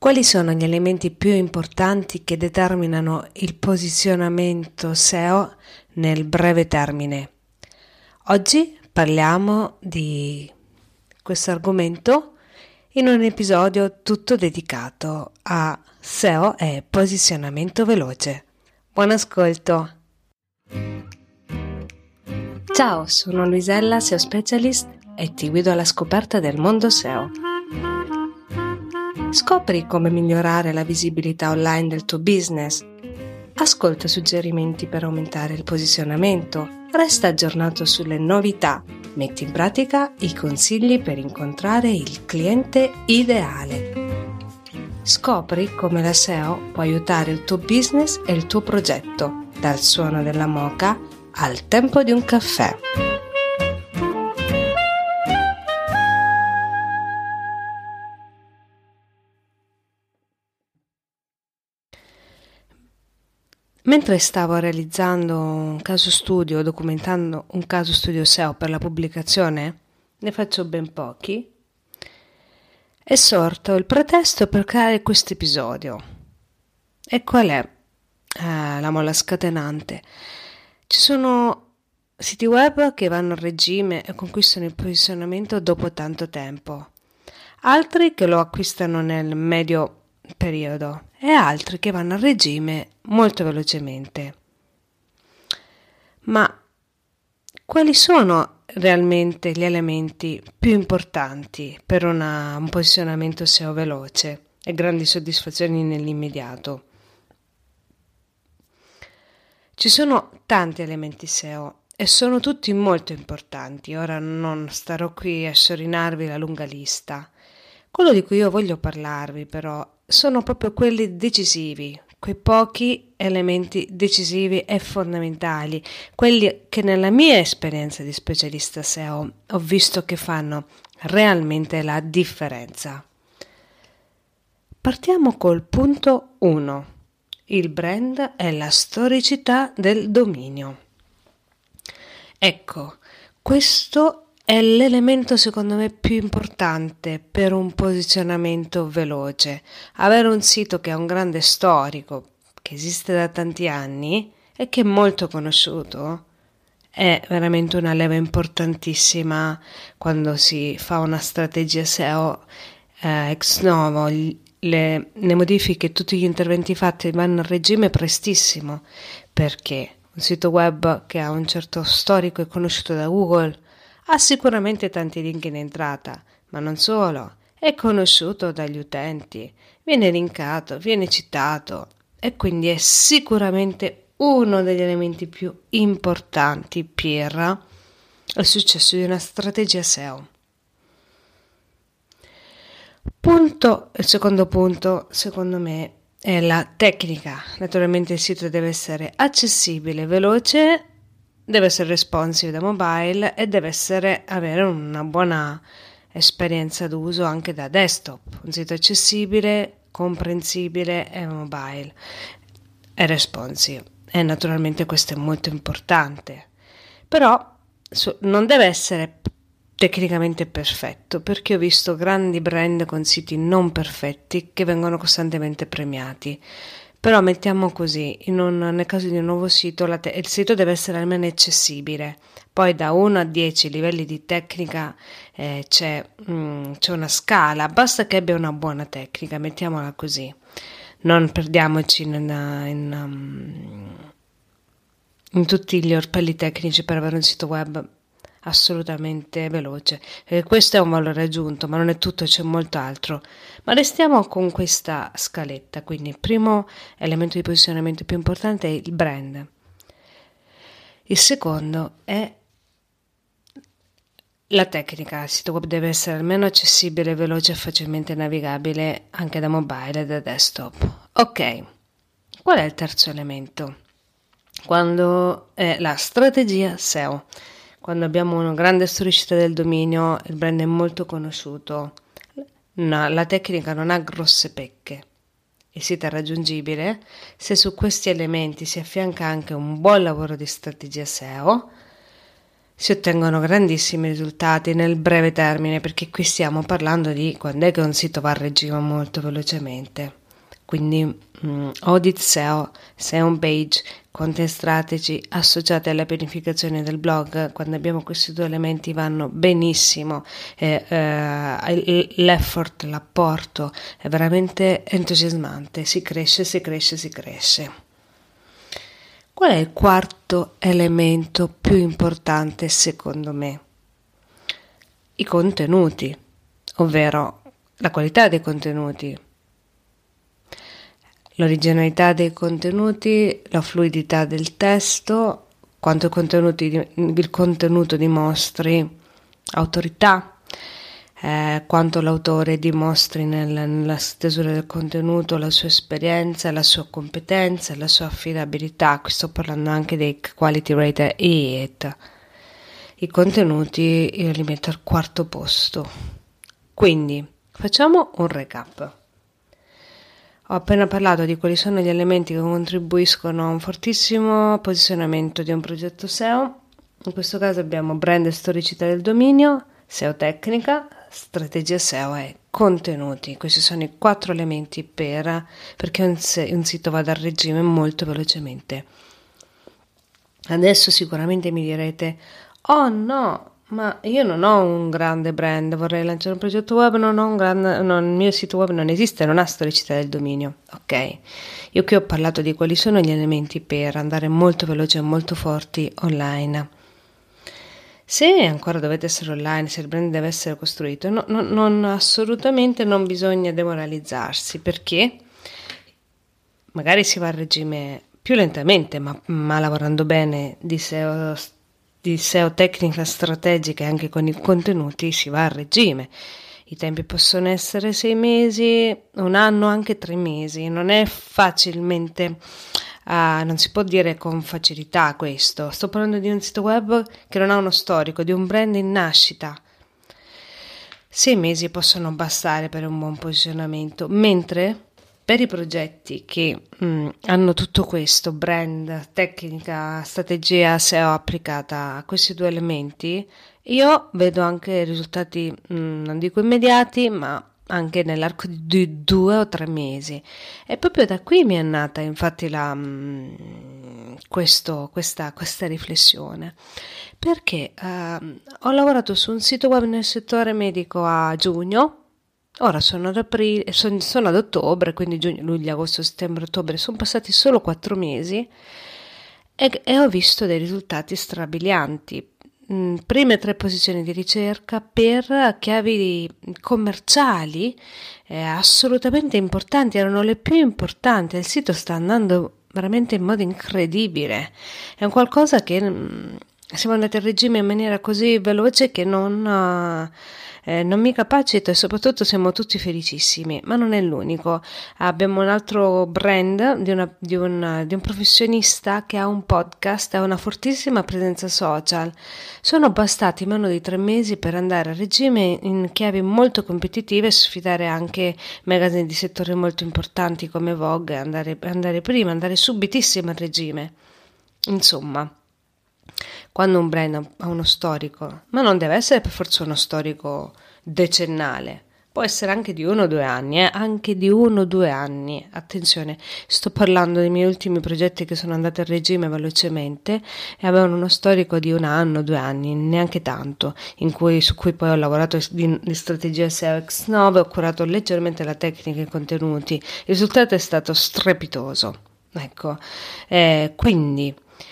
Quali sono gli elementi più importanti che determinano il posizionamento SEO nel breve termine? Oggi parliamo di questo argomento in un episodio tutto dedicato a SEO e posizionamento veloce. Buon ascolto! Ciao, sono Luisella, SEO Specialist e ti guido alla scoperta del mondo SEO. Scopri come migliorare la visibilità online del tuo business. Ascolta suggerimenti per aumentare il posizionamento. Resta aggiornato sulle novità. Metti in pratica i consigli per incontrare il cliente ideale. Scopri come la SEO può aiutare il tuo business e il tuo progetto, dal suono della moka al tempo di un caffè. Mentre stavo realizzando un caso studio, documentando un caso studio SEO per la pubblicazione, ne faccio ben pochi, è sorto il pretesto per creare questo episodio. E qual è la molla scatenante? Ci sono siti web che vanno a regime e conquistano il posizionamento dopo tanto tempo, altri che lo acquistano nel medio periodo e altri che vanno a regime molto velocemente. Ma quali sono realmente gli elementi più importanti per un posizionamento SEO veloce e grandi soddisfazioni nell'immediato? Ci sono tanti elementi SEO e sono tutti molto importanti. Ora non starò qui a sciorinarvi la lunga lista. Quello di cui io voglio parlarvi però sono proprio quelli decisivi, quei pochi elementi decisivi e fondamentali, quelli che nella mia esperienza di specialista SEO ho visto che fanno realmente la differenza. Partiamo col punto 1, il brand e la storicità del dominio. Ecco, questo è l'elemento secondo me più importante per un posizionamento veloce. Avere un sito che ha un grande storico, che esiste da tanti anni e che è molto conosciuto, è veramente una leva importantissima quando si fa una strategia SEO ex novo. Le modifiche, tutti gli interventi fatti vanno a regime prestissimo, perché un sito web che ha un certo storico e conosciuto da Google ha sicuramente tanti link in entrata, ma non solo, è conosciuto dagli utenti, viene linkato, viene citato e quindi è sicuramente uno degli elementi più importanti per il successo di una strategia SEO. Il secondo punto, secondo me, è la tecnica. Naturalmente il sito deve essere accessibile, veloce, deve essere responsive da mobile e deve avere una buona esperienza d'uso anche da desktop. Un sito accessibile, comprensibile e mobile e responsive. E naturalmente questo è molto importante. Però non deve essere tecnicamente perfetto, perché ho visto grandi brand con siti non perfetti che vengono costantemente premiati. Però mettiamo così, nel caso di un nuovo sito, il sito deve essere almeno accessibile. Poi da 1 a 10 livelli di tecnica c'è una scala, basta che abbia una buona tecnica, mettiamola così. Non perdiamoci in tutti gli orpelli tecnici per avere un sito web assolutamente veloce. Questo è un valore aggiunto, ma non è tutto, c'è molto altro. Ma restiamo con questa scaletta. Quindi il primo elemento di posizionamento più importante è il brand. Il secondo è la tecnica. Il sito web deve essere almeno accessibile, veloce e facilmente navigabile anche da mobile e da desktop. Ok, qual è il terzo elemento? Quando è la strategia SEO. Quando abbiamo una grande storicità del dominio, il brand è molto conosciuto, la tecnica non ha grosse pecche, il sito è raggiungibile. Se su questi elementi si affianca anche un buon lavoro di strategia SEO, si ottengono grandissimi risultati nel breve termine, perché qui stiamo parlando di quando è che un sito va a regime molto velocemente. Quindi audit SEO, SEO on page, content strategy associate alla pianificazione del blog, quando abbiamo questi due elementi vanno benissimo, l'effort, l'apporto è veramente entusiasmante, si cresce. Qual è il quarto elemento più importante secondo me? I contenuti, ovvero la qualità dei contenuti, l'originalità dei contenuti, la fluidità del testo, quanto il contenuto dimostri autorità, quanto l'autore dimostri nella stesura del contenuto la sua esperienza, la sua competenza, la sua affidabilità. Qui sto parlando anche dei quality rater EAT. I contenuti io li metto al quarto posto. Quindi facciamo un recap. Ho appena parlato di quali sono gli elementi che contribuiscono a un fortissimo posizionamento di un progetto SEO. In questo caso abbiamo brand e storicità del dominio, SEO tecnica, strategia SEO e contenuti. Questi sono i 4 elementi perché un sito vada a regime molto velocemente. Adesso sicuramente mi direte: oh no, ma io non ho un grande brand, vorrei lanciare un progetto web, il mio sito web non esiste, non ha storicità del dominio. Ok, io qui ho parlato di quali sono gli elementi per andare molto veloci e molto forti online. Se ancora dovete essere online, se il brand deve essere costruito, assolutamente non bisogna demoralizzarsi, perché magari si va a regime più lentamente, ma lavorando bene di SEO tecnica strategica e anche con i contenuti si va a regime. I tempi possono essere 6 mesi, un anno, anche 3 mesi. Non è facilmente, non si può dire con facilità questo. Sto parlando di un sito web che non ha uno storico, di un brand in nascita. 6 mesi possono bastare per un buon posizionamento, mentre per i progetti che hanno tutto questo, brand, tecnica, strategia SEO applicata a questi 2 elementi, io vedo anche risultati, non dico immediati, ma anche nell'arco di 2 o 3 mesi. E proprio da qui mi è nata infatti questa riflessione, perché ho lavorato su un sito web nel settore medico a giugno. Ora sono ad aprile, sono ad ottobre, quindi giugno, luglio, agosto, settembre, ottobre, sono passati solo 4 mesi e ho visto dei risultati strabilianti. Prime 3 posizioni di ricerca per chiavi commerciali assolutamente importanti, erano le più importanti. Il sito sta andando veramente in modo incredibile, è un qualcosa che siamo andati a regime in maniera così veloce che non mi capacito, e soprattutto siamo tutti felicissimi, ma non è l'unico. Abbiamo un altro brand di un professionista che ha un podcast, ha una fortissima presenza social. Sono bastati meno di 3 mesi per andare a regime in chiavi molto competitive e sfidare anche magazine di settori molto importanti come Vogue, andare subitissimo a regime. Insomma, quando un brand ha uno storico, ma non deve essere per forza uno storico decennale, può essere anche di 1 o 2 anni, anche di 1 o 2 anni, attenzione, sto parlando dei miei ultimi progetti che sono andati a regime velocemente e avevano uno storico di 1 anno, 2 anni, neanche tanto, su cui poi ho lavorato di strategia SEO X9, ho curato leggermente la tecnica e i contenuti, il risultato è stato strepitoso, ecco, quindi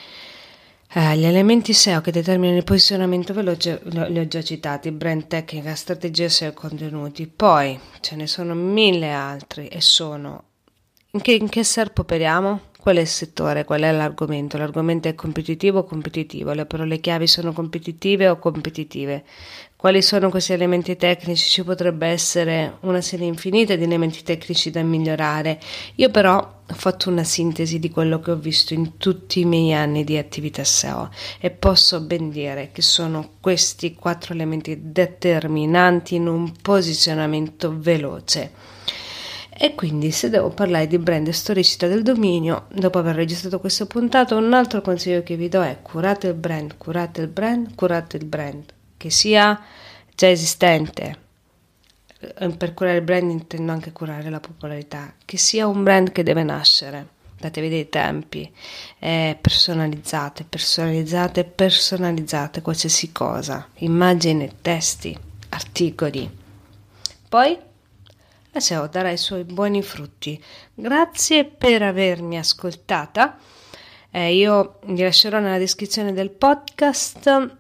gli elementi SEO che determinano il posizionamento veloce li ho già citati: brand, tecnica, strategia SEO e contenuti. Poi ce ne sono 1000 altri e sono in che SERP operiamo? Qual è il settore? Qual è l'argomento? L'argomento è competitivo o competitivo? Le parole chiavi sono competitive o competitive? Quali sono questi elementi tecnici? Ci potrebbe essere una serie infinita di elementi tecnici da migliorare. Io però ho fatto una sintesi di quello che ho visto in tutti i miei anni di attività SEO e posso ben dire che sono questi 4 elementi determinanti in un posizionamento veloce. E quindi se devo parlare di brand e storicità del dominio, dopo aver registrato questa puntata, un altro consiglio che vi do è curate il brand, curate il brand, curate il brand, che sia già esistente. Per curare il brand intendo anche curare la popolarità, che sia un brand che deve nascere. Datevi dei tempi, personalizzate, qualsiasi cosa, immagini, testi, articoli. Poi la SEO darà i suoi buoni frutti. Grazie per avermi ascoltata. Io vi lascerò nella descrizione del podcast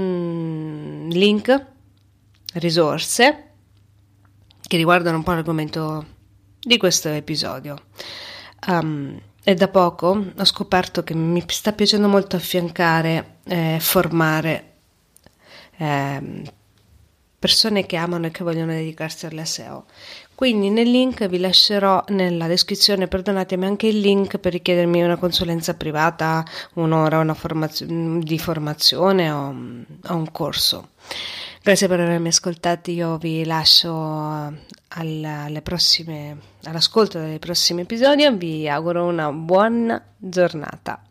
link, risorse che riguardano un po' l'argomento di questo episodio. E da poco ho scoperto che mi sta piacendo molto affiancare, formare persone che amano e che vogliono dedicarsi alla SEO. Quindi nel link vi lascerò nella descrizione, perdonatemi, anche il link per richiedermi una consulenza privata, un'ora di formazione o un corso. Grazie per avermi ascoltati, io vi lascio all'ascolto dei prossimi episodi e vi auguro una buona giornata.